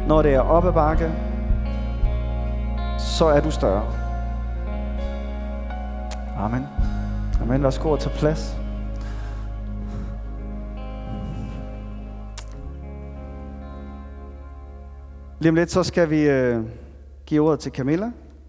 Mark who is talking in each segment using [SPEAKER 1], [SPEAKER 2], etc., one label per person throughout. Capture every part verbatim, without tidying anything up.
[SPEAKER 1] Når det er op ad bakke, så er du større. Amen. Amen. Værsgo og tage plads. Lige om lidt, så skal vi øh, give ordet til Camilla.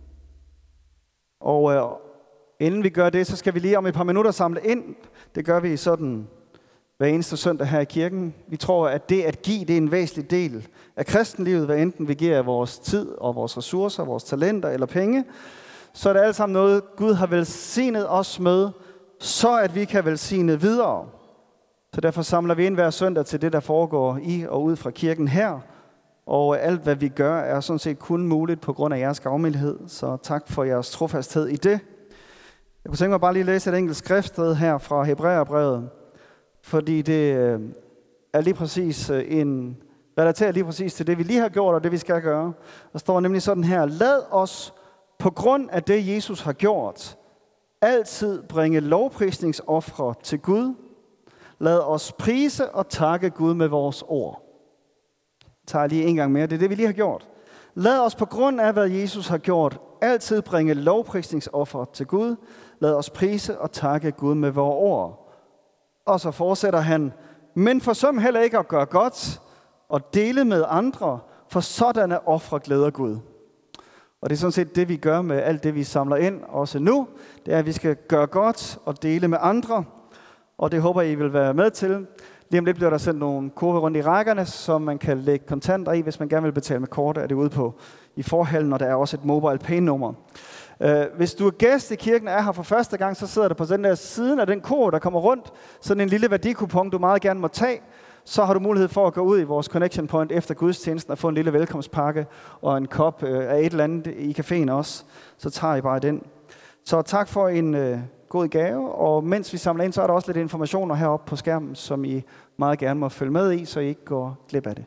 [SPEAKER 1] Og øh, inden vi gør det, så skal vi lige om et par minutter samle ind. Det gør vi sådan hver eneste søndag her i kirken. Vi tror, at det at give, det er en væsentlig del af kristenlivet, hvad enten vi giver vores tid og vores ressourcer, vores talenter eller penge. Så er det alt sammen noget, Gud har velsignet os med, så at vi kan velsigne videre. Så derfor samler vi ind hver søndag til det, der foregår i og ud fra kirken her. Og alt, hvad vi gør, er sådan set kun muligt på grund af jeres gavmildhed. Så tak for jeres trofasthed i det. Jeg kunne tænke mig bare lige at læse et enkelt skriftsted her fra Hebræerbrevet. Fordi det er lige præcis en, relaterer lige præcis til det, vi lige har gjort, og det, vi skal gøre. Der står nemlig sådan her: lad os på grund af det, Jesus har gjort, altid bringe lovprisningsofre til Gud. Lad os prise og takke Gud med vores ord. Jeg tager lige en gang mere. Det er det, vi lige har gjort. Lad os på grund af, hvad Jesus har gjort, altid bringe lovprisningsofre til Gud. Lad os prise og takke Gud med vores ord. Og så fortsætter han: men forsøm heller ikke at gøre godt og dele med andre, for sådanne ofre glæder Gud. Og det er sådan set det, vi gør med alt det, vi samler ind, også nu. Det er, at vi skal gøre godt og dele med andre. Og det håber I vil være med til. Lige om lidt bliver der sendt nogle kurver rundt i rækkerne, som man kan lægge kontanter i, hvis man gerne vil betale med kort. Er det ude på i forhallen, og der er også et mobile pay-nummer. Uh, hvis du er gæst i kirken og er her for første gang, så sidder der på den der siden af den kurv, der kommer rundt, sådan en lille værdikupon, du meget gerne må tage. Så har du mulighed for at gå ud i vores Connection Point efter gudstjenesten og få en lille velkomstpakke og en kop uh, af et eller andet i caféen også. Så tager I bare den. Så tak for en uh, god gave, og mens vi samler ind, så er der også lidt informationer heroppe på skærmen, som I meget gerne må følge med i, så I ikke går glip af det.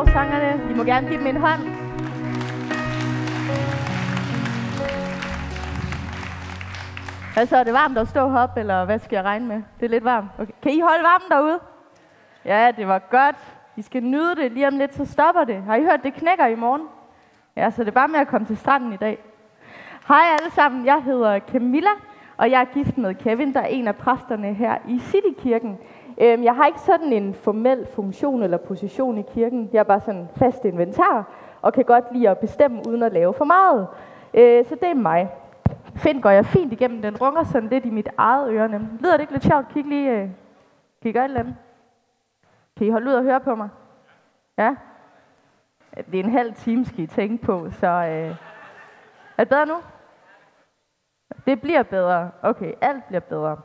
[SPEAKER 2] lovsangerne. I må gerne give dem en hånd. Hvad så, er det varmt at stå heroppe, eller hvad skal jeg regne med? Det er lidt varmt. Okay. Kan I holde varmen derude? Ja, det var godt. I skal nyde det. Lige om lidt, så stopper det. Har I hørt, det knækker i morgen? Ja, så det er bare med at komme til stranden i dag. Hej alle sammen, jeg hedder Camilla, og jeg er gift med Kevin, der er en af præsterne her i Citykirken. Jeg har ikke sådan en formel funktion eller position i kirken. Jeg er bare sådan fast inventar, og kan godt lide at bestemme uden at lave for meget. Så det er mig. Fint går jeg fint igennem, den runger sådan lidt i mit eget ørerne. Lyder det ikke lidt sjovt? Kig lige, kan I gøre et eller andet? Kan I holde ud og høre på mig? Ja? Det er en halv time, skal I tænke på, så øh, er det bedre nu? Det bliver bedre. Okay, alt bliver bedre.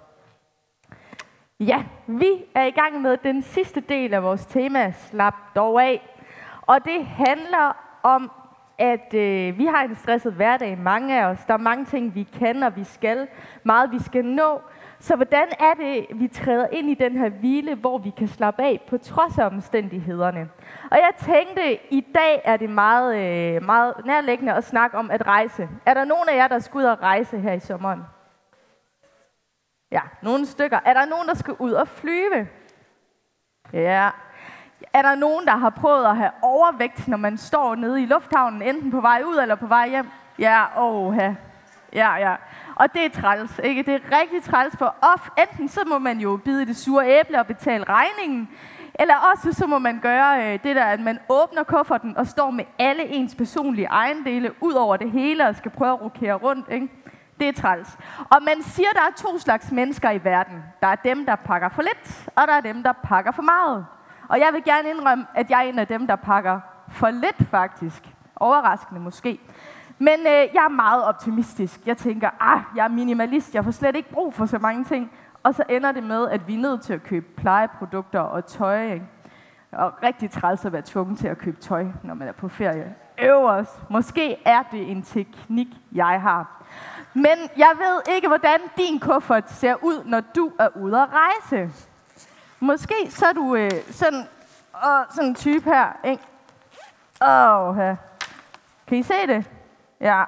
[SPEAKER 2] Ja, vi er i gang med den sidste del af vores tema, Slap dog af. Og det handler om, at øh, vi har en stresset hverdag, mange af os. Der er mange ting, vi kan og vi skal. Meget, vi skal nå. Så hvordan er det, vi træder ind i den her hvile, hvor vi kan slappe af på trods af omstændighederne? Og jeg tænkte, i dag er det meget, øh, meget nærliggende at snakke om at rejse. Er der nogen af jer, der skal ud og rejse her i sommeren? Ja, nogle stykker. Er der nogen, der skal ud og flyve? Ja. Er der nogen, der har prøvet at have overvægt, når man står nede i lufthavnen, enten på vej ud eller på vej hjem? Ja, åh, ja. Ja, ja. Og det er træls, ikke? Det er rigtig træls, for off. Enten så må man jo bide det sure æble og betale regningen, eller også så må man gøre øh, det der, at man åbner kufferten og står med alle ens personlige ejendele ud over det hele og skal prøve at rokere rundt, ikke? Det er træls. Og man siger, der er to slags mennesker i verden. Der er dem, der pakker for lidt, og der er dem, der pakker for meget. Og jeg vil gerne indrømme, at jeg er en af dem, der pakker for lidt faktisk. Overraskende måske. Men øh, jeg er meget optimistisk. Jeg tænker, ah, jeg er minimalist, jeg får slet ikke brug for så mange ting. Og så ender det med, at vi er nødt til at købe plejeprodukter og tøj. Ikke? Og rigtig træls at være tvunget til at købe tøj, når man er på ferie. Øverst. Måske er det en teknik, jeg har. Men jeg ved ikke, hvordan din kuffert ser ud, når du er ude at rejse. Måske så er du øh, sådan, åh, sådan en type her, ikke? Åh, her. Kan I se det? Ja.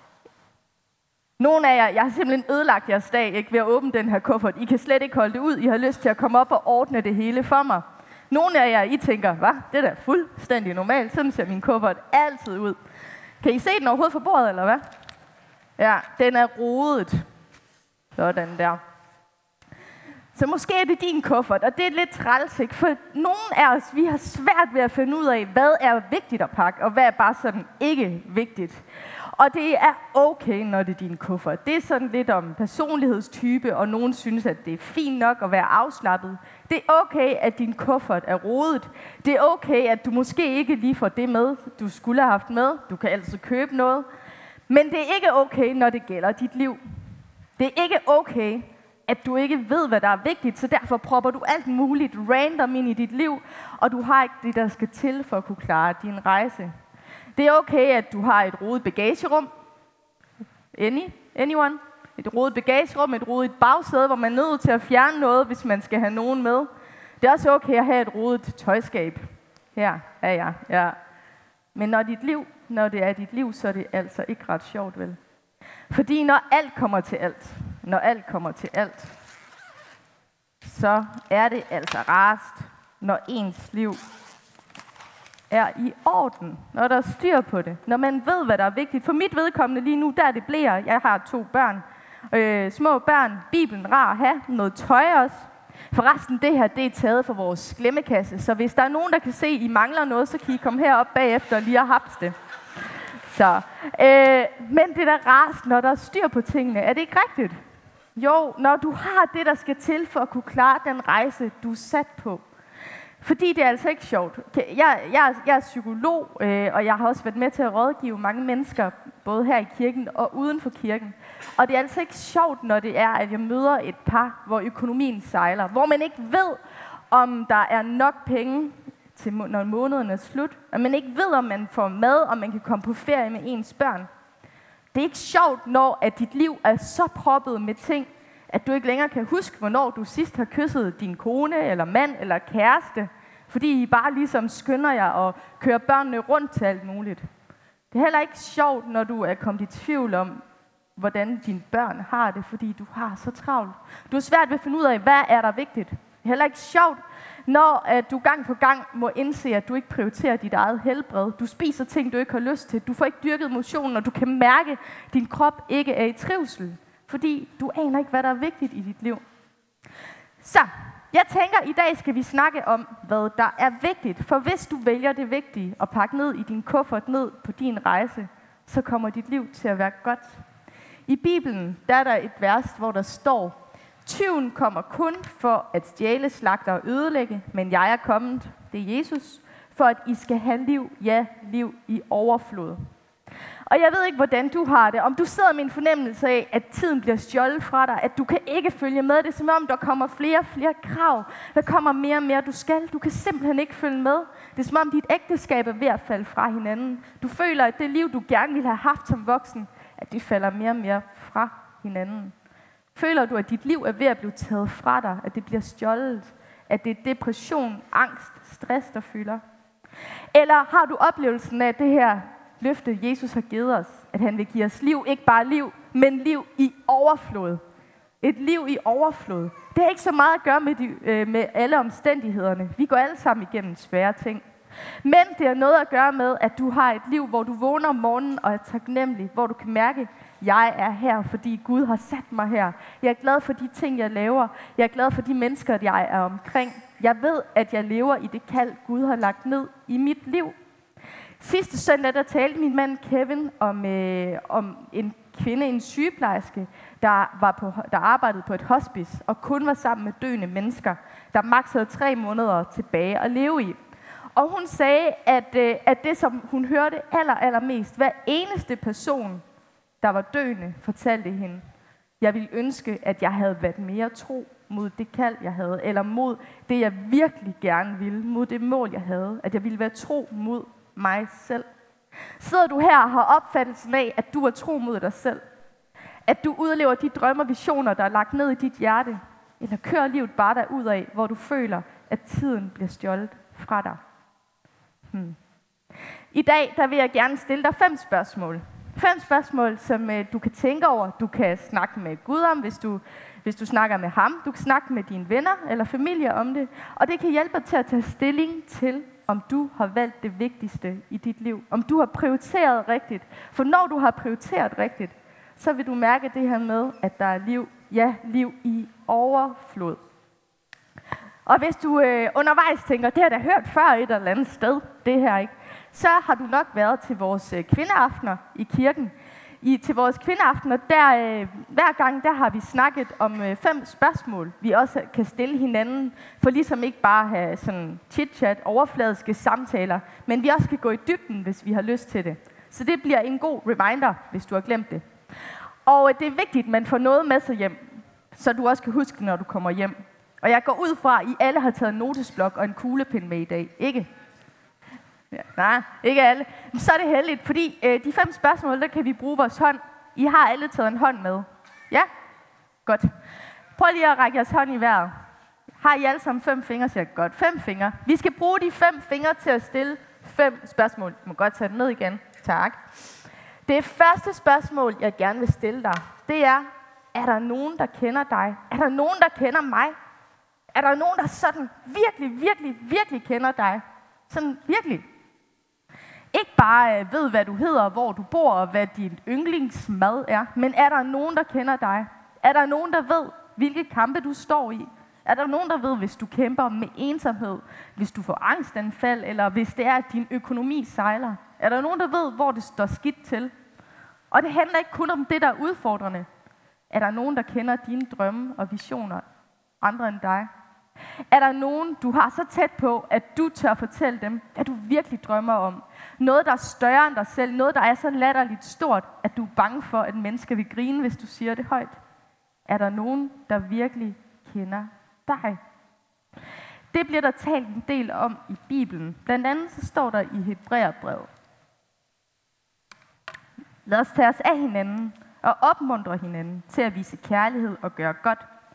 [SPEAKER 2] Nogle af jer, jeg har simpelthen ødelagt jeres dag, ikke, ved at åbne den her kuffert. I kan slet ikke holde det ud. I har lyst til at komme op og ordne det hele for mig. Nogle af jer, I tænker, hvad? Det er da fuldstændig normalt. Sådan ser min kuffert altid ud. Kan I se den overhovedet fra bordet, eller hvad? Ja, den er rodet. Sådan der. Så måske er det din kuffert, og det er lidt træls, ikke? For nogle af os, vi har svært ved at finde ud af, hvad er vigtigt at pakke, og hvad er bare sådan ikke vigtigt. Og det er okay, når det er din kuffert. Det er sådan lidt om personlighedstype, og nogen synes, at det er fint nok at være afslappet. Det er okay, at din kuffert er rodet. Det er okay, at du måske ikke lige får det med, du skulle have haft med. Du kan altid købe noget. Men det er ikke okay, når det gælder dit liv. Det er ikke okay, at du ikke ved, hvad der er vigtigt, så derfor propper du alt muligt random ind i dit liv, og du har ikke det, der skal til for at kunne klare din rejse. Det er okay, at du har et rodet bagagerum. Any? Anyone? Et rodet bagagerum, et rodet bagsæde, hvor man er nødt til at fjerne noget, hvis man skal have nogen med. Det er også okay at have et rodet tøjskab. Her er jeg. Ja. Men når, dit liv, når det er dit liv, så er det altså ikke ret sjovt, vel? Fordi når alt kommer til alt, når alt kommer til alt, så er det altså rarest, når ens liv er i orden, når der er styr på det, når man ved, hvad der er vigtigt. For mit vedkommende lige nu, der er det blære. Jeg har to børn, øh, små børn, Bibelen rar at have, noget tøj også. Forresten, det her, det er taget fra vores glemmekasse, så hvis der er nogen, der kan se, at I mangler noget, så kan I komme herop bagefter og lige have haft det. Så, øh, men det er da rarest, når der er styr på tingene. Er det ikke rigtigt? Jo, når du har det, der skal til for at kunne klare den rejse, du er sat på. Fordi det er altså ikke sjovt. Jeg, jeg, jeg er psykolog, øh, og jeg har også været med til at rådgive mange mennesker, både her i kirken og uden for kirken. Og det er altså ikke sjovt, når det er, at jeg møder et par, hvor økonomien sejler. Hvor man ikke ved, om der er nok penge, til når måneden er slut. Og man ikke ved, om man får mad, og man kan komme på ferie med ens børn. Det er ikke sjovt, når at dit liv er så proppet med ting, at du ikke længere kan huske, hvornår du sidst har kysset din kone, eller mand, eller kæreste. fordi I bare ligesom skynder jer og kører børnene rundt til alt muligt. Det er heller ikke sjovt, når du er kommet i tvivl om, hvordan dine børn har det, fordi du har så travlt. Du er svært ved at finde ud af, hvad er der vigtigt. Det er heller ikke sjovt, når at du gang på gang må indse, at du ikke prioriterer dit eget helbred. Du spiser ting, du ikke har lyst til. Du får ikke dyrket motion, og du kan mærke, at din krop ikke er i trivsel. Fordi du aner ikke, hvad der er vigtigt i dit liv. Så, jeg tænker, at i dag skal vi snakke om, hvad der er vigtigt. For hvis du vælger det vigtige og pakke ned i din kuffert ned på din rejse, så kommer dit liv til at være godt. I Bibelen der er der et vers, hvor der står: tyven kommer kun for at stjæle, slagte og ødelægge, men jeg er kommet, det er Jesus, for at I skal have liv, ja, liv i overflod. Og jeg ved ikke, hvordan du har det. Om du sidder med en fornemmelse af, at tiden bliver stjålet fra dig, at du kan ikke følge med. Det er som om, der kommer flere og flere krav. Der kommer mere og mere, du skal. Du kan simpelthen ikke følge med. Det er som om, dit ægteskab er ved at falde fra hinanden. Du føler, at det liv, du gerne ville have haft som voksen, at det falder mere og mere fra hinanden. Føler du, at dit liv er ved at blive taget fra dig, at det bliver stjålet, at det er depression, angst, stress, der fylder? Eller har du oplevelsen af det her løfte, Jesus har givet os, at han vil give os liv, ikke bare liv, men liv i overflod? Et liv i overflod. Det har ikke så meget at gøre med, de, øh, med alle omstændighederne. Vi går alle sammen igennem svære ting. Men det har noget at gøre med, at du har et liv, hvor du vågner om morgenen og er taknemmelig, hvor du kan mærke, at jeg er her, fordi Gud har sat mig her. Jeg er glad for de ting, jeg laver. Jeg er glad for de mennesker, jeg er omkring. Jeg ved, at jeg lever i det kald, Gud har lagt ned i mit liv. Sidste søndag, der talte min mand Kevin om, øh, om en kvinde, en sygeplejerske, der, var på, der arbejdede på et hospice og kun var sammen med døende mennesker, der maks havde tre måneder tilbage at leve i. Og hun sagde, at, øh, at det, som hun hørte aller, allermest, hver eneste person, der var døende, fortalte hende: jeg ville ønske, at jeg havde været mere tro mod det kald, jeg havde, eller mod det, jeg virkelig gerne ville, mod det mål, jeg havde, at jeg ville være tro mod mig selv. Sidder du her og har opfattelsen af, at du er tro mod dig selv? At du udlever de drømme og visioner, der er lagt ned i dit hjerte? Eller kører livet bare derudad, hvor du føler, at tiden bliver stjålet fra dig? Hmm. I dag der vil jeg gerne stille dig fem spørgsmål. Fem spørgsmål, som øh, du kan tænke over. Du kan snakke med Gud om, hvis du, hvis du snakker med ham. Du kan snakke med dine venner eller familie om det. Og det kan hjælpe dig til at tage stilling til, om du har valgt det vigtigste i dit liv. Om du har prioriteret rigtigt. For når du har prioriteret rigtigt, så vil du mærke det her med, at der er liv, ja, liv i overflod. Og hvis du øh, undervejs tænker, det har jeg da hørt før et eller andet sted, det her ikke, så har du nok været til vores øh, kvindeaftener i kirken. I, til vores kvindeaftener, der øh, hver gang, der har vi snakket om øh, fem spørgsmål, vi også kan stille hinanden, for ligesom ikke bare at have sådan chit-chat, overfladiske samtaler, men vi også kan gå i dybden, hvis vi har lyst til det. Så det bliver en god reminder, hvis du har glemt det. Og øh, det er vigtigt, at man får noget med sig hjem, så du også kan huske det, når du kommer hjem. Og jeg går ud fra, at I alle har taget en notesblok og en kuglepen med i dag, ikke? Ja, nej, ikke alle. Men så er det heldigt, fordi øh, de fem spørgsmål, der kan vi bruge vores hånd. I har alle taget en hånd med. Ja? Godt. Prøv lige at række jeres hånd i vejret. Har I alle sammen fem fingre? Så jeg godt. Fem fingre. Vi skal bruge de fem fingre til at stille fem spørgsmål. Du må godt tage den ned igen. Tak. Det første spørgsmål, jeg gerne vil stille dig, det er: er der nogen, der kender dig? Er der nogen, der kender mig? Er der nogen, der sådan virkelig, virkelig, virkelig kender dig? Sådan virkelig. Ikke bare øh, ved, hvad du hedder, hvor du bor, og hvad din yndlingsmad er, men er der nogen, der kender dig? Er der nogen, der ved, hvilke kampe du står i? Er der nogen, der ved, hvis du kæmper med ensomhed, hvis du får angstanfald, eller hvis det er, at din økonomi sejler? Er der nogen, der ved, hvor det står skidt til? Og det handler ikke kun om det, der er udfordrende. Er der nogen, der kender dine drømme og visioner andre end dig? Er der nogen, du har så tæt på, at du tør fortælle dem, hvad du virkelig drømmer om? Noget, der er større end dig selv. Noget, der er så latterligt stort, at du er bange for, at mennesker vil grine, hvis du siger det højt. Er der nogen, der virkelig kender dig? Det bliver der talt en del om i Bibelen. Blandt andet så står der i Hebræerbrevet: lad os tage os af hinanden og opmuntre hinanden til at vise kærlighed og gøre godt.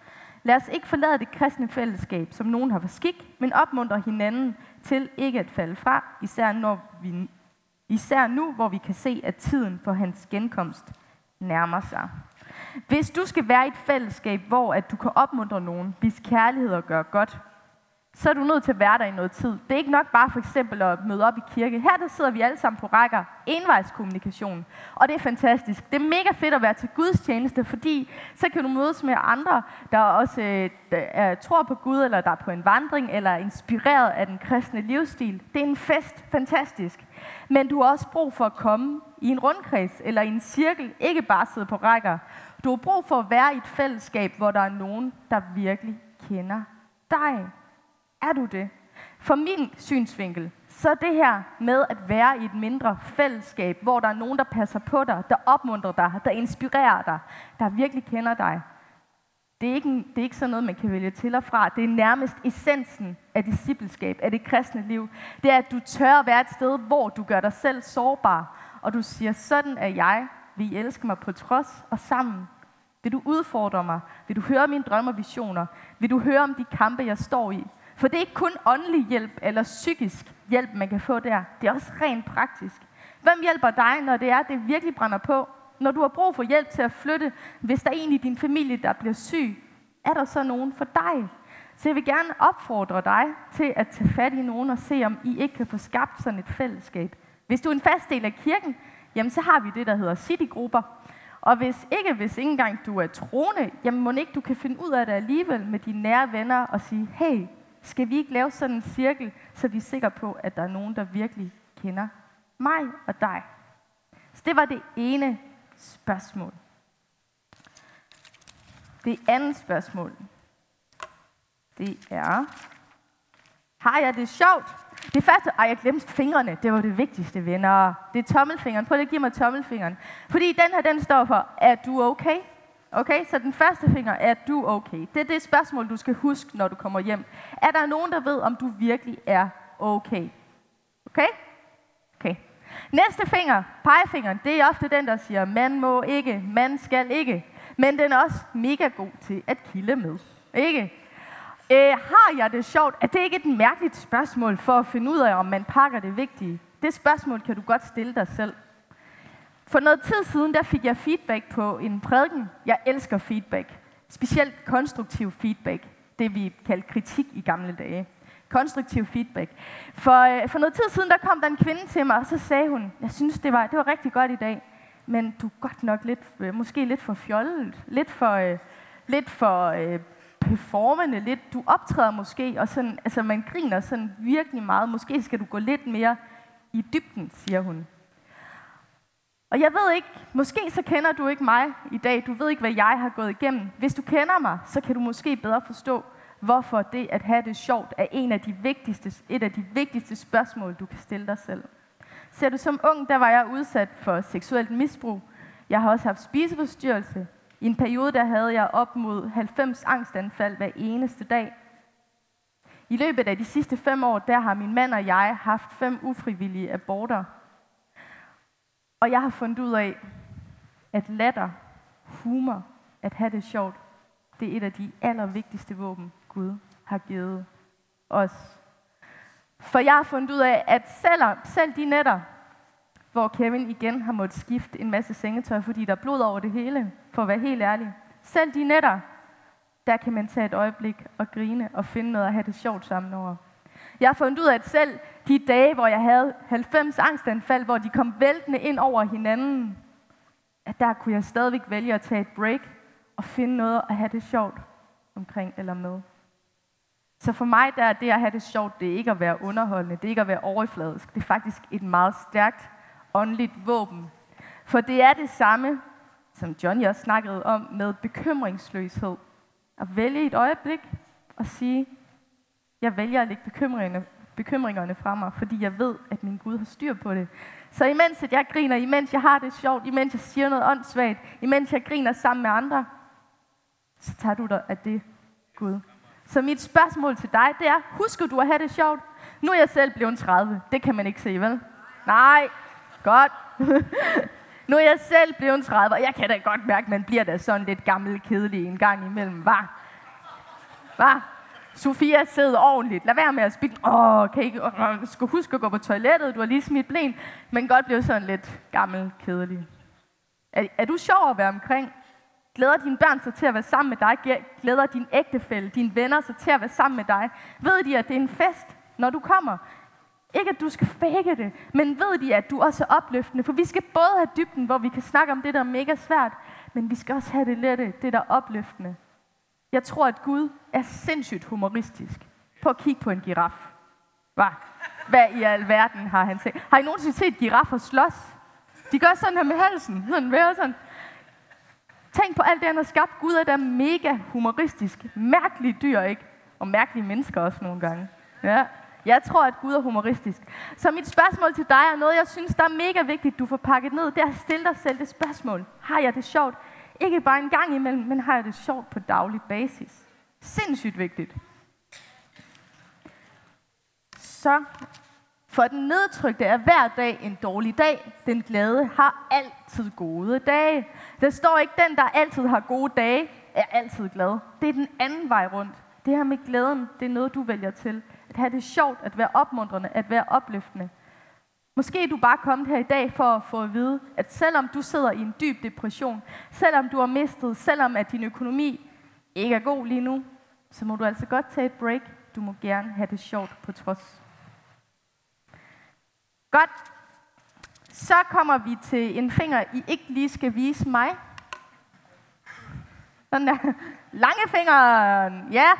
[SPEAKER 2] Lad os ikke forlade det kristne fællesskab, som nogen har for skik, men opmuntre hinanden til ikke at falde fra, især, når vi, især nu, hvor vi kan se, at tiden for hans genkomst nærmer sig. Hvis du skal være i et fællesskab, hvor at du kan opmuntre nogen, vis kærlighed og gøre godt, så er du nødt til at være der i noget tid. Det er ikke nok bare for eksempel at møde op i kirke. Her der sidder vi alle sammen på rækker. Envejskommunikation. Og det er fantastisk. Det er mega fedt at være til Guds tjeneste, fordi så kan du mødes med andre, der også øh, der er, tror på Gud, eller der er på en vandring, eller er inspireret af den kristne livsstil. Det er en fest. Fantastisk. Men du har også brug for at komme i en rundkreds, eller i en cirkel. Ikke bare sidde på rækker. Du har brug for at være i et fællesskab, hvor der er nogen, der virkelig kender dig. Er du det? For min synsvinkel, så er det her med at være i et mindre fællesskab, hvor der er nogen, der passer på dig, der opmuntrer dig, der inspirerer dig, der virkelig kender dig. Det er ikke, en, det er ikke sådan noget, man kan vælge til og fra. Det er nærmest essensen af discipleskab, af det kristne liv. Det er, at du tør at være et sted, hvor du gør dig selv sårbar, og du siger, sådan er jeg. Vil I elske mig på trods og sammen? Vil du udfordre mig? Vil du høre mine drømme og visioner? Vil du høre om de kampe, jeg står i? For det er ikke kun åndelig hjælp eller psykisk hjælp, man kan få der. Det er også rent praktisk. Hvem hjælper dig, når det er, det virkelig brænder på? Når du har brug for hjælp til at flytte, hvis der er en i din familie, der bliver syg, er der så nogen for dig? Så jeg vil gerne opfordre dig til at tage fat i nogen og se, om I ikke kan få skabt sådan et fællesskab. Hvis du er en fast del af kirken, jamen så har vi det, der hedder citygrupper. Og hvis ikke, hvis ikke engang du er troende, jamen må ikke du kan finde ud af det alligevel med dine nære venner og sige, hey, skal vi ikke lave sådan en cirkel, så vi er sikre på, at der er nogen, der virkelig kender mig og dig? Så det var det ene spørgsmål. Det andet spørgsmål, det er, har jeg det sjovt? Det første, ej, jeg glemte fingrene, det var det vigtigste, venner. Det er tommelfingeren. Prøv lige at give mig tommelfingeren. Fordi den her, den står for, er du okay? Okay, så den første finger, er du okay? Det er det spørgsmål, du skal huske, når du kommer hjem. Er der nogen, der ved, om du virkelig er okay? Okay? Okay. Næste finger, pegefingeren, det er ofte den, der siger, man må ikke, man skal ikke. Men den er også mega god til at kilde med. Ikke? Øh, har jeg det sjovt? Er det ikke et mærkeligt spørgsmål for at finde ud af, om man pakker det vigtige? Det spørgsmål kan du godt stille dig selv. For noget tid siden, der fik jeg feedback på en prædiken. Jeg elsker feedback. Specielt konstruktiv feedback. Det vi kaldte kritik i gamle dage. Konstruktiv feedback. For, øh, for noget tid siden, der kom der en kvinde til mig, og så sagde hun, jeg synes, det var, det var rigtig godt i dag, men du er godt nok lidt, øh, måske lidt for fjollet, lidt for, øh, lidt for øh, performende, lidt, du optræder måske, og sådan, altså man griner sådan virkelig meget. Måske skal du gå lidt mere i dybden, siger hun. Og jeg ved ikke, måske så kender du ikke mig i dag, du ved ikke, hvad jeg har gået igennem. Hvis du kender mig, så kan du måske bedre forstå, hvorfor det at have det sjovt er en af de vigtigste, et af de vigtigste spørgsmål, du kan stille dig selv. Ser du, som ung, der var jeg udsat for seksuelt misbrug. Jeg har også haft spiseforstyrrelse. I en periode, der havde jeg op mod halvfems angstanfald hver eneste dag. I løbet af de sidste fem år, der har min mand og jeg haft fem ufrivillige aborter. Og jeg har fundet ud af, at latter, humor, at have det sjovt, det er et af de allervigtigste våben, Gud har givet os. For jeg har fundet ud af, at selv, selv de nætter, hvor Kevin igen har måttet skifte en masse sengetøj, fordi der er blod over det hele, for at være helt ærlig. Selv de nætter, der kan man tage et øjeblik og grine og finde noget at have det sjovt sammen over. Jeg har fundet ud af, at selv de dage, hvor jeg havde halvfems angstanfald, hvor de kom væltende ind over hinanden, at der kunne jeg stadigvæk vælge at tage et break og finde noget at have det sjovt omkring eller med. Så for mig der er det at have det sjovt, det er ikke at være underholdende, det er ikke at være overfladisk. Det er faktisk et meget stærkt åndeligt våben. For det er det samme, som Johnny også snakkede om, med bekymringsløshed. At vælge et øjeblik og sige, jeg vælger at lægge bekymringerne, bekymringerne fra mig, fordi jeg ved, at min Gud har styr på det. Så imens at jeg griner, imens jeg har det sjovt, imens jeg siger noget åndssvagt, imens jeg griner sammen med andre, så tager du dig af det, Gud. Så mit spørgsmål til dig, det er, husker du at have det sjovt? Nu er jeg selv blevet tredive. Det kan man ikke se, vel? Nej, godt. Nu er jeg selv blevet tredive, og jeg kan da godt mærke, at man bliver da sådan lidt gammel kedelig en gang imellem, var. Hva? Sofia sidder ordentligt. Lad være med at spille. Åh, kan I ikke? Åh, skal huske at gå på toilettet. Du har lige smidt blæn. Men godt blive sådan lidt gammel, kedelig. Er, er du sjov at være omkring? Glæder dine børn sig til at være sammen med dig? Glæder din ægtefælle, dine venner sig til at være sammen med dig? Ved de, at det er en fest, når du kommer? Ikke at du skal fake det, men ved de, at du også er opløftende? For vi skal både have dybden, hvor vi kan snakke om det, der er mega svært, men vi skal også have det lette, det der er opløftende. Jeg tror, at Gud er sindssygt humoristisk. Prøv at kigge på en giraf. Hvad? Hvad i alverden har han set? Har I nogensinde set giraffer slås? De gør sådan her med halsen. Sådan, med sådan. Tænk på alt det, han har skabt. Gud er da mega humoristisk. Mærkelige dyr, ikke? Og mærkelige mennesker også nogle gange. Ja. Jeg tror, at Gud er humoristisk. Så mit spørgsmål til dig er noget, jeg synes, der er mega vigtigt, du får pakket ned. Det er at stille dig selv det spørgsmål. Har jeg det sjovt? Ikke bare en gang imellem, men har jeg det sjovt på daglig basis? Sindssygt vigtigt. Så for den nedtrykte er hver dag en dårlig dag. Den glade har altid gode dage. Der står ikke, den, der altid har gode dage, er altid glad. Det er den anden vej rundt. Det her med glæden, det er noget, du vælger til. At have det sjovt, at være opmuntrende, at være opløftende. Måske er du bare kommet her i dag for at få at vide, at selvom du sidder i en dyb depression, selvom du har mistet, selvom at din økonomi ikke er god lige nu, så må du altså godt tage et break. Du må gerne have det sjovt på trods. Godt. Så kommer vi til en finger, I ikke lige skal vise mig. Den der lange fingeren. Ja.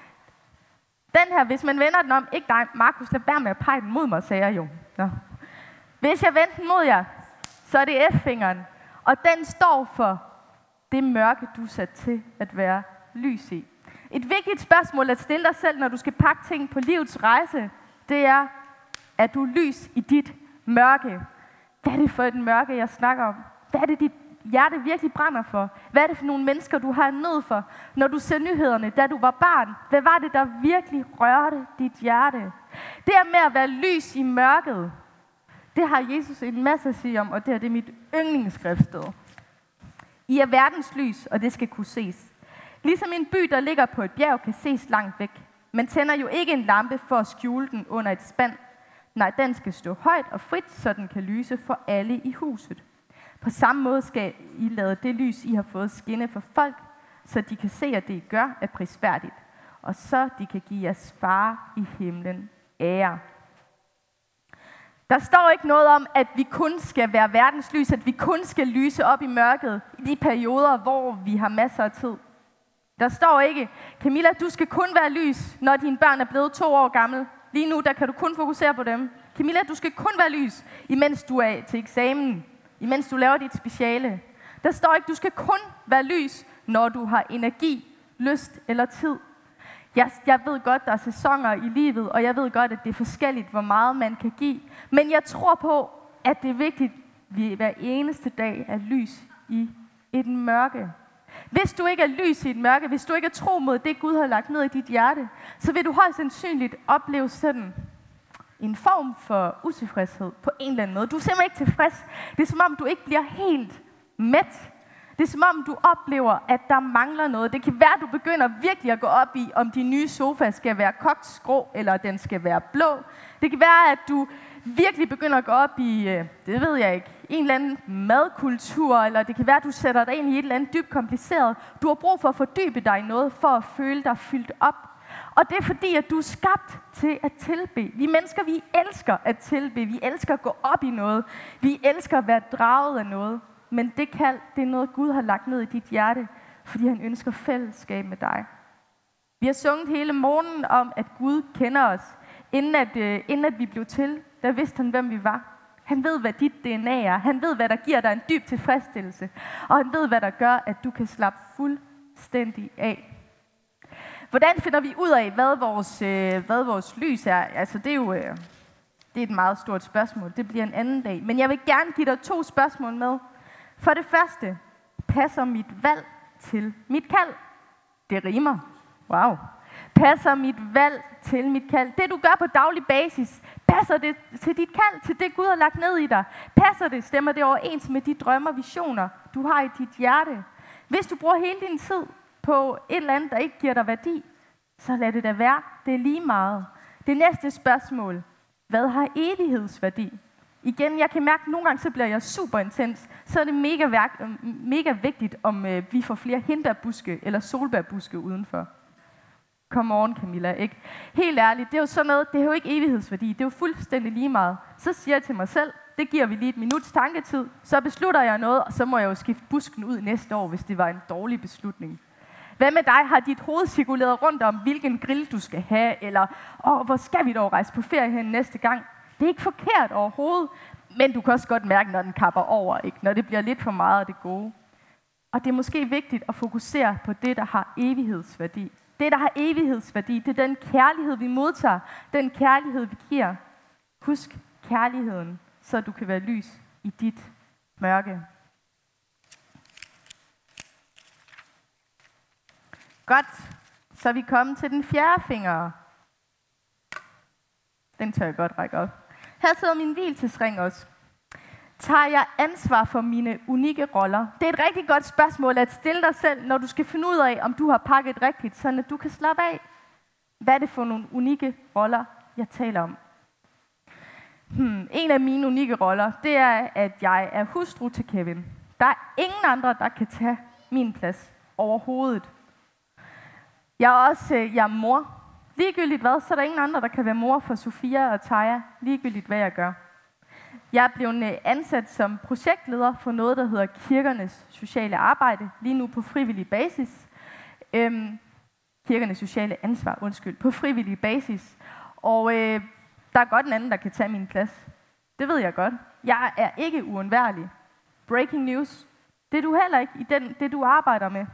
[SPEAKER 2] Den her, hvis man vender den om, ikke dig, Markus, lad være med at pege den mod mig, sagde jeg jo. Nå. Hvis jeg vender den mod jer, så er det F-fingeren. Og den står for det mørke, du er sat til at være lys i. Et vigtigt spørgsmål at stille dig selv, når du skal pakke ting på livets rejse, det er, er du lys i dit mørke? Hvad er det for et mørke, jeg snakker om? Hvad er det, dit hjerte virkelig brænder for? Hvad er det for nogle mennesker, du har nød for? Når du ser nyhederne, da du var barn, hvad var det, der virkelig rørte dit hjerte? Det er med at være lys i mørket. Det har Jesus en masse at sige om, og det er, det er mit yndlingsskriftsted. I er verdens lys, og det skal kunne ses. Ligesom en by, der ligger på et bjerg, kan ses langt væk. Man tænder jo ikke en lampe for at skjule den under et spand. Nej, den skal stå højt og frit, så den kan lyse for alle i huset. På samme måde skal I lade det lys, I har fået, skinne for folk, så de kan se, at det, I gør, er prisværdigt. Og så de kan give jeres far i himlen ære. Der står ikke noget om, at vi kun skal være verdens lys, at vi kun skal lyse op i mørket i de perioder, hvor vi har masser af tid. Der står ikke, Camilla, du skal kun være lys, når dine børn er blevet to år gamle. Lige nu, der kan du kun fokusere på dem. Camilla, du skal kun være lys, imens du er til eksamen, imens du laver dit speciale. Der står ikke, du skal kun være lys, når du har energi, lyst eller tid. Jeg, jeg ved godt, der er sæsoner i livet, og jeg ved godt, at det er forskelligt, hvor meget man kan give. Men jeg tror på, at det er vigtigt, at vi hver eneste dag er lys i et mørke. Hvis du ikke er lys i et mørke, hvis du ikke er tro mod det, Gud har lagt ned i dit hjerte, så vil du højst sandsynligt opleve sådan en form for utilfredshed på en eller anden måde. Du er simpelthen ikke tilfreds. Det er som om, du ikke bliver helt mæt. Det er som om, du oplever, at der mangler noget. Det kan være, at du begynder virkelig at gå op i, om din nye sofa skal være kogt skrå, eller den skal være blå. Det kan være, at du virkelig begynder at gå op i, det ved jeg ikke, en eller anden madkultur, eller det kan være, at du sætter dig ind i et eller andet dybt kompliceret. Du har brug for at fordybe dig i noget, for at føle dig fyldt op. Og det er fordi, at du er skabt til at tilbe. Vi mennesker, vi elsker at tilbe. Vi elsker at gå op i noget. Vi elsker at være draget af noget. Men det kald, det er noget, Gud har lagt ned i dit hjerte, fordi han ønsker fællesskab med dig. Vi har sunget hele morgenen om, at Gud kender os. Inden at, øh, inden at vi blev til, der vidste han, hvem vi var. Han ved, hvad dit D N A er. Han ved, hvad der giver dig en dyb tilfredsstillelse. Og han ved, hvad der gør, at du kan slappe fuldstændig af. Hvordan finder vi ud af, hvad vores, øh, hvad vores lys er? Altså, det er jo øh, det er et meget stort spørgsmål. Det bliver en anden dag. Men jeg vil gerne give dig to spørgsmål med. For det første, passer mit valg til mit kald? Det rimer. Wow. Passer mit valg til mit kald? Det du gør på daglig basis, passer det til dit kald, til det Gud har lagt ned i dig? Passer det, stemmer det overens med de drømme og visioner, du har i dit hjerte? Hvis du bruger hele din tid på et eller andet, der ikke giver dig værdi, så lad det da være. Det er lige meget. Det næste spørgsmål. Hvad har evighedsværdi? Igen, jeg kan mærke, at nogle gange så bliver jeg super intens. Så er det mega, værk, mega vigtigt, om øh, vi får flere hindbærbuske eller solbærbuske udenfor. Come on, Camilla, ikke? Helt ærligt, det er jo sådan noget, det er jo ikke evighedsværdi. Det er jo fuldstændig lige meget. Så siger jeg til mig selv, det giver vi lige et minuts tanketid. Så beslutter jeg noget, og så må jeg jo skifte busken ud næste år, hvis det var en dårlig beslutning. Hvad med dig? Har dit hoved cirkuleret rundt om, hvilken grill du skal have? Eller, åh, hvor skal vi dog rejse på ferie hen næste gang? Det er ikke forkert overhovedet, men du kan også godt mærke, når den kapper over, ikke? Når det bliver lidt for meget af det gode. Og det er måske vigtigt at fokusere på det, der har evighedsværdi. Det, der har evighedsværdi, det er den kærlighed, vi modtager. Den kærlighed, vi giver. Husk kærligheden, så du kan være lys i dit mørke. Godt, så er vi kommet til den fjerde finger. Den tør jeg godt række op. Her sidder min hvilesesring også. Tager jeg ansvar for mine unikke roller? Det er et rigtig godt spørgsmål at stille dig selv, når du skal finde ud af, om du har pakket rigtigt, så at du kan slappe af. Hvad er det for nogle unikke roller, jeg taler om? Hmm, en af mine unikke roller, det er, at jeg er hustru til Kevin. Der er ingen andre, der kan tage min plads overhovedet. Jeg er også jeg er mor. Ligegyldigt hvad, så er der ingen andre, der kan være mor for Sofia og Taja. Ligegyldigt hvad jeg gør. Jeg er blevet ansat som projektleder for noget, der hedder Kirkernes Sociale Arbejde. Lige nu på frivillig basis. Øhm, Kirkernes Sociale Ansvar, undskyld. På frivillig basis. Og øh, der er godt en anden, der kan tage min plads. Det ved jeg godt. Jeg er ikke uundværlig. Breaking news. Det er du heller ikke i den, det, du arbejder med.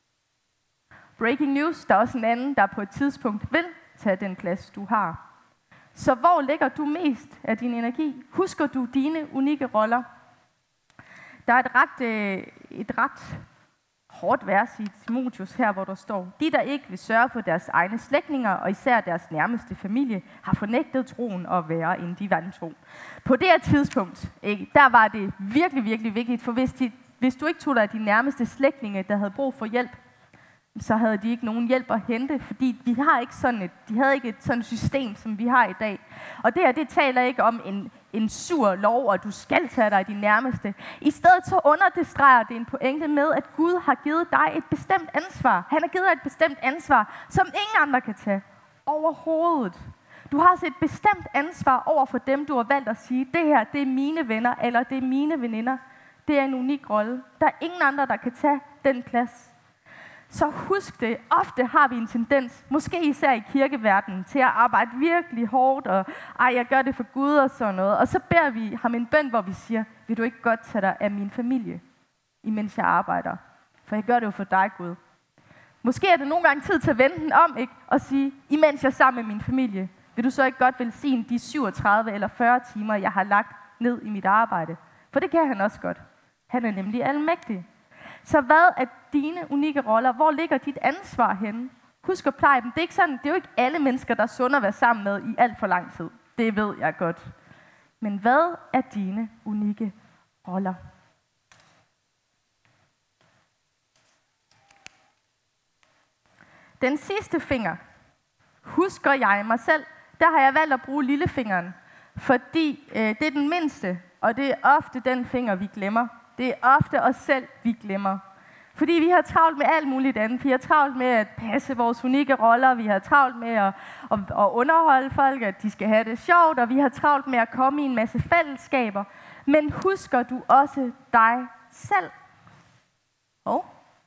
[SPEAKER 2] Breaking news, der er også en anden, der på et tidspunkt vil tage den plads, du har. Så hvor lægger du mest af din energi? Husker du dine unikke roller? Der er et ret, øh, et ret hårdt vers i Timotheus her, hvor der står: de, der ikke vil sørge for deres egne slægtninge, og især deres nærmeste familie, har fornægtet troen at være en de vantro. På det her tidspunkt, ikke, der var det virkelig, virkelig vigtigt, for hvis, de, hvis du ikke tog dig af de nærmeste slægtninge, der havde brug for hjælp, så havde de ikke nogen hjælp at hente, fordi vi har ikke sådan et, de havde ikke et sådan system, som vi har i dag. Og det her, det taler ikke om en, en sur lov, og du skal tage dig af de nærmeste. I stedet så understreger det en pointe med, at Gud har givet dig et bestemt ansvar. Han har givet dig et bestemt ansvar, som ingen andre kan tage overhovedet. Du har altså et bestemt ansvar over for dem, du har valgt at sige, det her, det er mine venner, eller det er mine veninder. Det er en unik rolle. Der er ingen andre, der kan tage den plads. Så husk det, ofte har vi en tendens, måske især i kirkeverdenen, til at arbejde virkelig hårdt, og ej, jeg gør det for Gud og sådan noget. Og så beder vi ham en bøn, hvor vi siger, vil du ikke godt tage dig af min familie, imens jeg arbejder? For jeg gør det jo for dig, Gud. Måske er det nogle gange tid til at vende den om, ikke? Og sige, imens jeg er sammen med min familie, vil du så ikke godt velsigne de syvogtredive eller fyrre timer, jeg har lagt ned i mit arbejde? For det kan han også godt. Han er nemlig almægtig. Så hvad er dine unikke roller? Hvor ligger dit ansvar henne? Husk at pleje dem. Det er, ikke sådan, det er jo ikke alle mennesker, der er sunde at være sammen med i alt for lang tid. Det ved jeg godt. Men hvad er dine unikke roller? Den sidste finger. Husker jeg mig selv? Der har jeg valgt at bruge lillefingeren. Fordi øh, det er den mindste, og det er ofte den finger, vi glemmer. Det er ofte os selv, vi glemmer. Fordi vi har travlt med alt muligt andet. Vi har travlt med at passe vores unikke roller. Vi har travlt med at, at, at underholde folk, at de skal have det sjovt. Og vi har travlt med at komme i en masse fællesskaber. Men husker du også dig selv? Oh.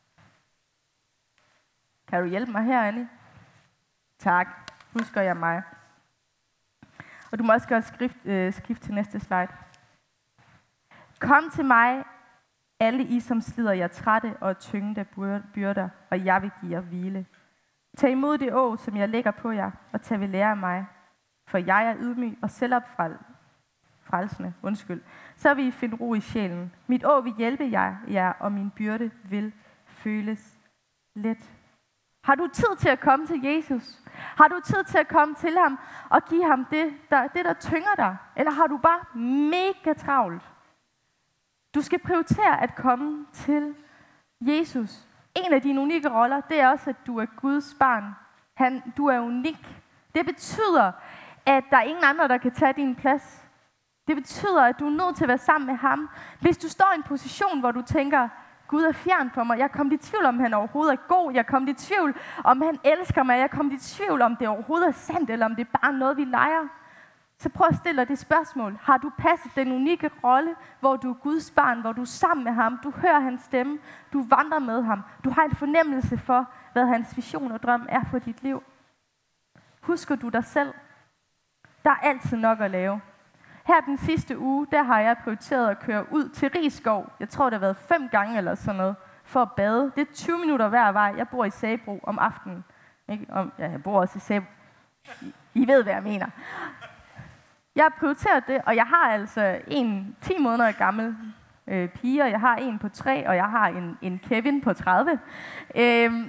[SPEAKER 2] Kan du hjælpe mig her, Annie? Tak. Husker jeg mig. Og du må også godt skrift, øh, skifte til næste slide. Kom til mig, alle I, som slider jer trætte og tyngde byrder, og jeg vil give jer hvile. Tag imod det åg, som jeg lægger på jer, og tag ved lære af mig. For jeg er ydmyg og selvopfrelsende, undskyld. Så vil I finde ro i sjælen. Mit åg vil hjælpe jer, jer, og min byrde vil føles let. Har du tid til at komme til Jesus? Har du tid til at komme til ham og give ham det, der, det, der tynger dig? Eller har du bare mega travlt? Du skal prioritere at komme til Jesus. En af dine unikke roller, det er også, at du er Guds barn. Han, du er unik. Det betyder, at der er ingen andre, der kan tage din plads. Det betyder, at du er nødt til at være sammen med ham. Hvis du står i en position, hvor du tænker, Gud er fjern for mig, jeg kom i tvivl om, han overhovedet er god, jeg kom i tvivl om, han elsker mig, jeg kom i tvivl om, det overhovedet er sandt, eller om det er bare noget, vi leger. Så prøv at stille dig det spørgsmål. Har du passet den unikke rolle, hvor du er Guds barn, hvor du er sammen med ham, du hører hans stemme, du vandrer med ham, du har en fornemmelse for, hvad hans vision og drøm er for dit liv? Husker du dig selv? Der er altid nok at lave. Her den sidste uge, der har jeg prioriteret at køre ud til Rigskov. Jeg tror, det har været fem gange eller sådan noget, for at bade. Det er tyve minutter hver vej. Jeg bor i Sabro om aftenen. Ikke? Om, ja, jeg bor også i Sabro. I, I ved, hvad jeg mener. Jeg har prioriteret det, og jeg har altså en ti måneder gammel øh, pige, og jeg har en på tre, og jeg har en, en Kevin på tredive. Øhm,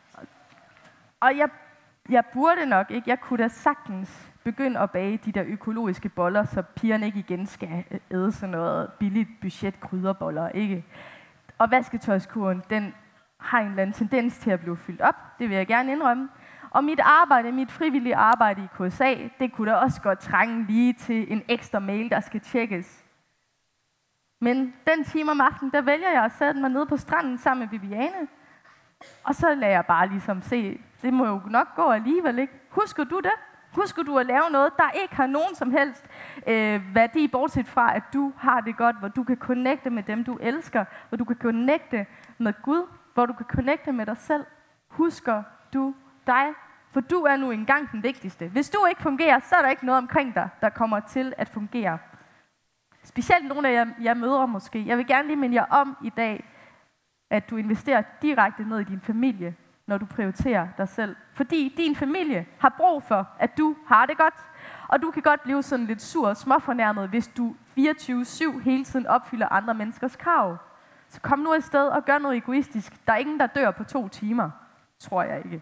[SPEAKER 2] og jeg, jeg burde nok ikke, jeg kunne da sagtens begynde at bage de der økologiske boller, så pigerne ikke igen skal æde sådan noget billigt budget krydderboller, ikke? Og vasketøjskurven, den har en eller anden tendens til at blive fyldt op, det vil jeg gerne indrømme. Og mit arbejde, mit frivillige arbejde i K S A, det kunne da også godt trænge lige til en ekstra mail, der skal tjekkes. Men den time om aftenen, der vælger jeg at sætte mig nede på stranden sammen med Viviane. Og så lader jeg bare ligesom se, det må jo nok gå alligevel, ikke? Husker du det? Husker du at lave noget, der ikke har nogen som helst øh, værdi, bortset fra, at du har det godt, hvor du kan connecte med dem, du elsker, hvor du kan connecte med Gud, hvor du kan connecte med dig selv. Husker du dig? For du er nu engang den vigtigste. Hvis du ikke fungerer, så er der ikke noget omkring dig, der kommer til at fungere. Specielt nogle af jer, jer mødre måske. Jeg vil gerne lige minde jer om i dag, at du investerer direkte ned i din familie, når du prioriterer dig selv. Fordi din familie har brug for, at du har det godt. Og du kan godt blive sådan lidt sur og småfornærmet, hvis du fireogtyve syv hele tiden opfylder andre menneskers krav. Så kom nu afsted og gør noget egoistisk. Der er ingen, der dør på to timer. Tror jeg ikke.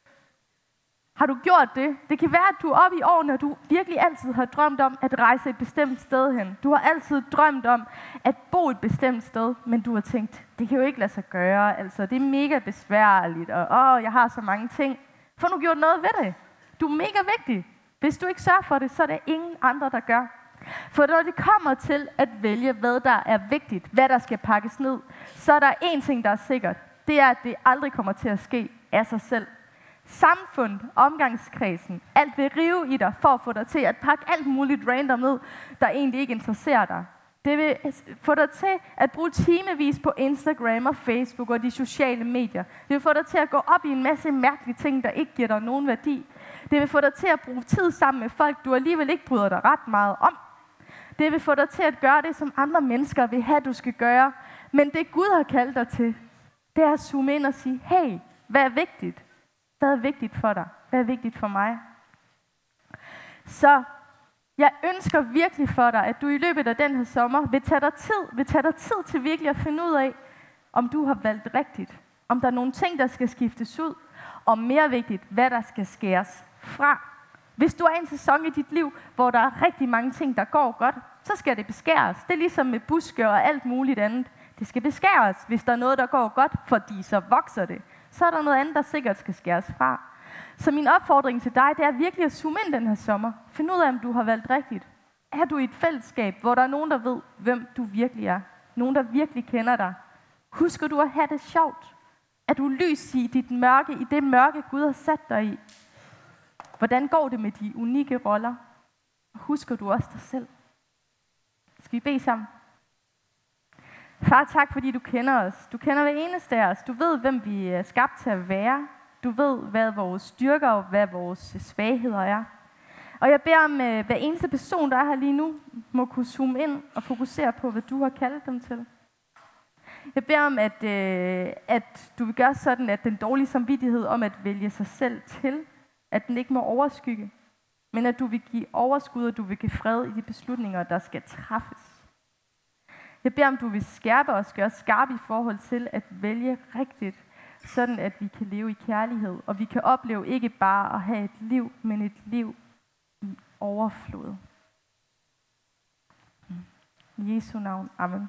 [SPEAKER 2] Har du gjort det? Det kan være, at du er oppe i årene, og du virkelig altid har drømt om at rejse et bestemt sted hen. Du har altid drømt om at bo et bestemt sted, men du har tænkt, det kan jo ikke lade sig gøre. Altså, det er mega besværligt, og åh, jeg har så mange ting. Få nu gjort noget ved det. Du er mega vigtig. Hvis du ikke sørger for det, så er der ingen andre, der gør. For når det kommer til at vælge, hvad der er vigtigt, hvad der skal pakkes ned, så er der én ting, der er sikkert. Det er, at det aldrig kommer til at ske af sig selv. Samfundet, omgangskredsen, alt vil rive i dig for at få dig til at pakke alt muligt random ned, der egentlig ikke interesserer dig. Det vil få dig til at bruge timevis på Instagram og Facebook og de sociale medier. Det vil få dig til at gå op i en masse mærkelige ting, der ikke giver dig nogen værdi. Det vil få dig til at bruge tid sammen med folk, du alligevel ikke bryder dig ret meget om. Det vil få dig til at gøre det, som andre mennesker vil have, du skal gøre. Men det Gud har kaldt dig til, det er at zoome ind og sige, hey, hvad er vigtigt? Hvad er vigtigt for dig? Hvad er vigtigt for mig? Så jeg ønsker virkelig for dig, at du i løbet af den her sommer vil tage dig tid, vil tage dig tid til virkelig at finde ud af, om du har valgt rigtigt. Om der er nogle ting, der skal skiftes ud. Og mere vigtigt, hvad der skal skæres fra. Hvis du er i en sæson i dit liv, hvor der er rigtig mange ting, der går godt, så skal det beskæres. Det er ligesom med buske og alt muligt andet. Det skal beskæres, hvis der er noget, der går godt, fordi så vokser det. Så er der noget andet, der sikkert skal skæres fra. Så min opfordring til dig, det er virkelig at zoome ind den her sommer. Find ud af, om du har valgt rigtigt. Er du i et fællesskab, hvor der er nogen, der ved, hvem du virkelig er? Nogen, der virkelig kender dig? Husker du at have det sjovt? Er du lys i dit mørke, i det mørke, Gud har sat dig i? Hvordan går det med de unikke roller? Husker du også dig selv? Skal vi bede sammen? Far, tak fordi du kender os. Du kender hver eneste af os. Du ved, hvem vi er skabt til at være. Du ved, hvad vores styrker og hvad vores svagheder er. Og jeg beder om, at hver eneste person, der er her lige nu, må kunne zoome ind og fokusere på, hvad du har kaldt dem til. Jeg beder om, at, øh, at du vil gøre sådan, at den dårlige samvittighed om at vælge sig selv til, at den ikke må overskygge, men at du vil give overskud, og du vil give fred i de beslutninger, der skal træffes. Jeg beder om, du vil skærpe os, gøre os skarpe i forhold til at vælge rigtigt, sådan at vi kan leve i kærlighed, og vi kan opleve ikke bare at have et liv, men et liv i overflod. I Jesu navn. Amen.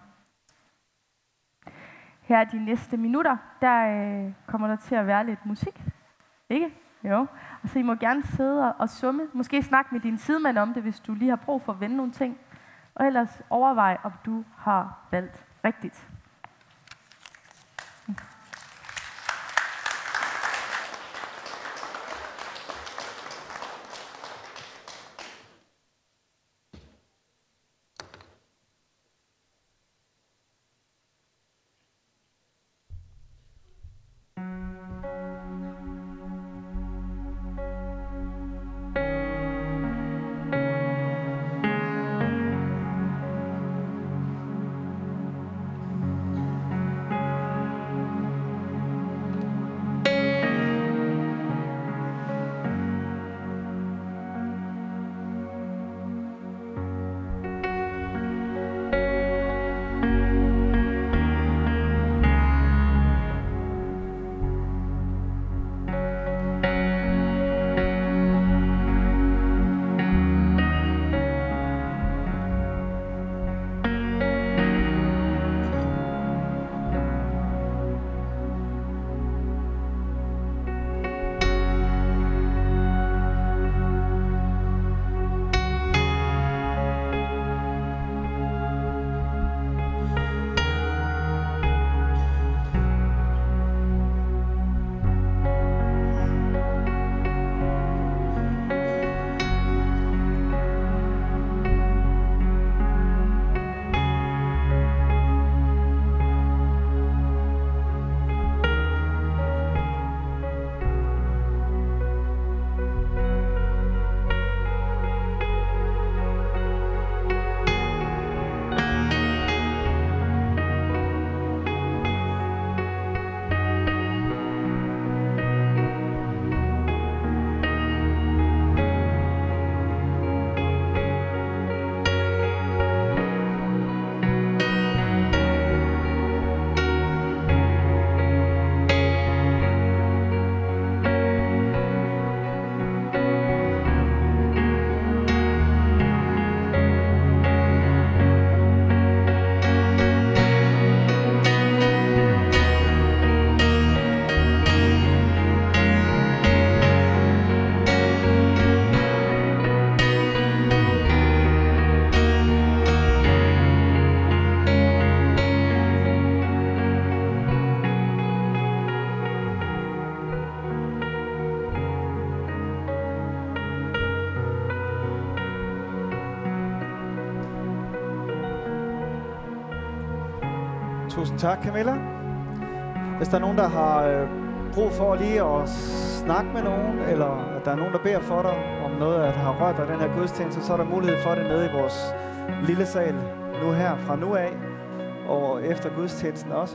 [SPEAKER 2] Her de næste minutter, der øh, kommer der til at være lidt musik. Ikke? Jo, og så I må gerne sidde og summe. Måske snakke med din sidemand om det, hvis du lige har brug for at vende nogle ting. Og ellers overvej, om du har valgt rigtigt.
[SPEAKER 1] Tusind tak, Camilla. Hvis der er nogen, der har øh, brug for lige at snakke med nogen, eller at der er nogen, der beder for dig om noget, der har rørt dig den her gudstjeneste, så er der mulighed for det nede i vores lille sal nu her fra nu af, og efter gudstjenesten også.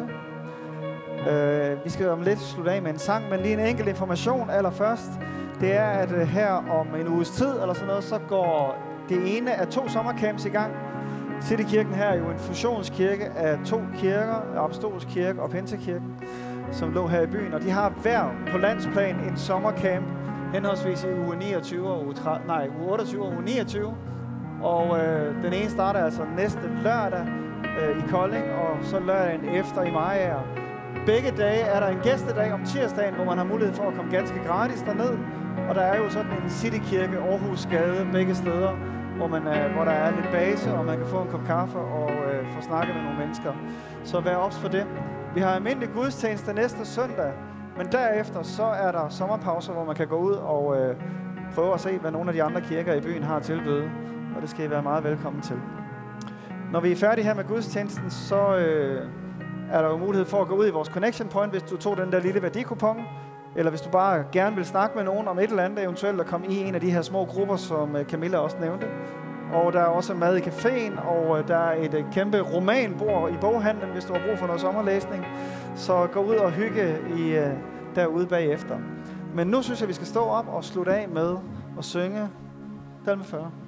[SPEAKER 1] Øh, vi skal om lidt slutte af med en sang, men lige en enkelt information allerførst. Det er, at øh, her om en uges tid, eller sådan noget, så går det ene af to sommercamps i gang. Citykirken her er jo en fusionskirke af to kirker, Apostolsk Kirke og Pentekirken, som lå her i byen. Og de har hver på landsplan en sommercamp, henholdsvis i uge niogtyve og uge, tredive, nej, uge otteogtyve og uge niogtyve. Og øh, den ene starter altså næste lørdag øh, i Kolding, og så lørdagen efter i Mariager. Begge dage er der en gæstedag om tirsdagen, hvor man har mulighed for at komme ganske gratis derned. Og der er jo sådan en Citykirke, Aarhusgade, begge steder, hvor, man er, hvor der er lidt base, og man kan få en kop kaffe og øh, få snakket med nogle mennesker. Så vær ops for det. Vi har almindelig gudstjeneste næste søndag, men derefter så er der sommerpauser, hvor man kan gå ud og øh, prøve at se, hvad nogle af de andre kirker i byen har at tilbyde. Og det skal I være meget velkommen til. Når vi er færdige her med gudstjenesten, så øh, er der jo mulighed for at gå ud i vores Connection Point, hvis du tog den der lille værdikupon. Eller hvis du bare gerne vil snakke med nogen om et eller andet, eventuelt at komme i en af de her små grupper, som Camilla også nævnte. Og der er også mad i caféen, og der er et kæmpe romanbord i boghandlen, hvis du har brug for noget sommerlæsning. Så gå ud og hygge i, derude bagefter. Men nu synes jeg, vi skal stå op og slutte af med at synge Salme fyrre.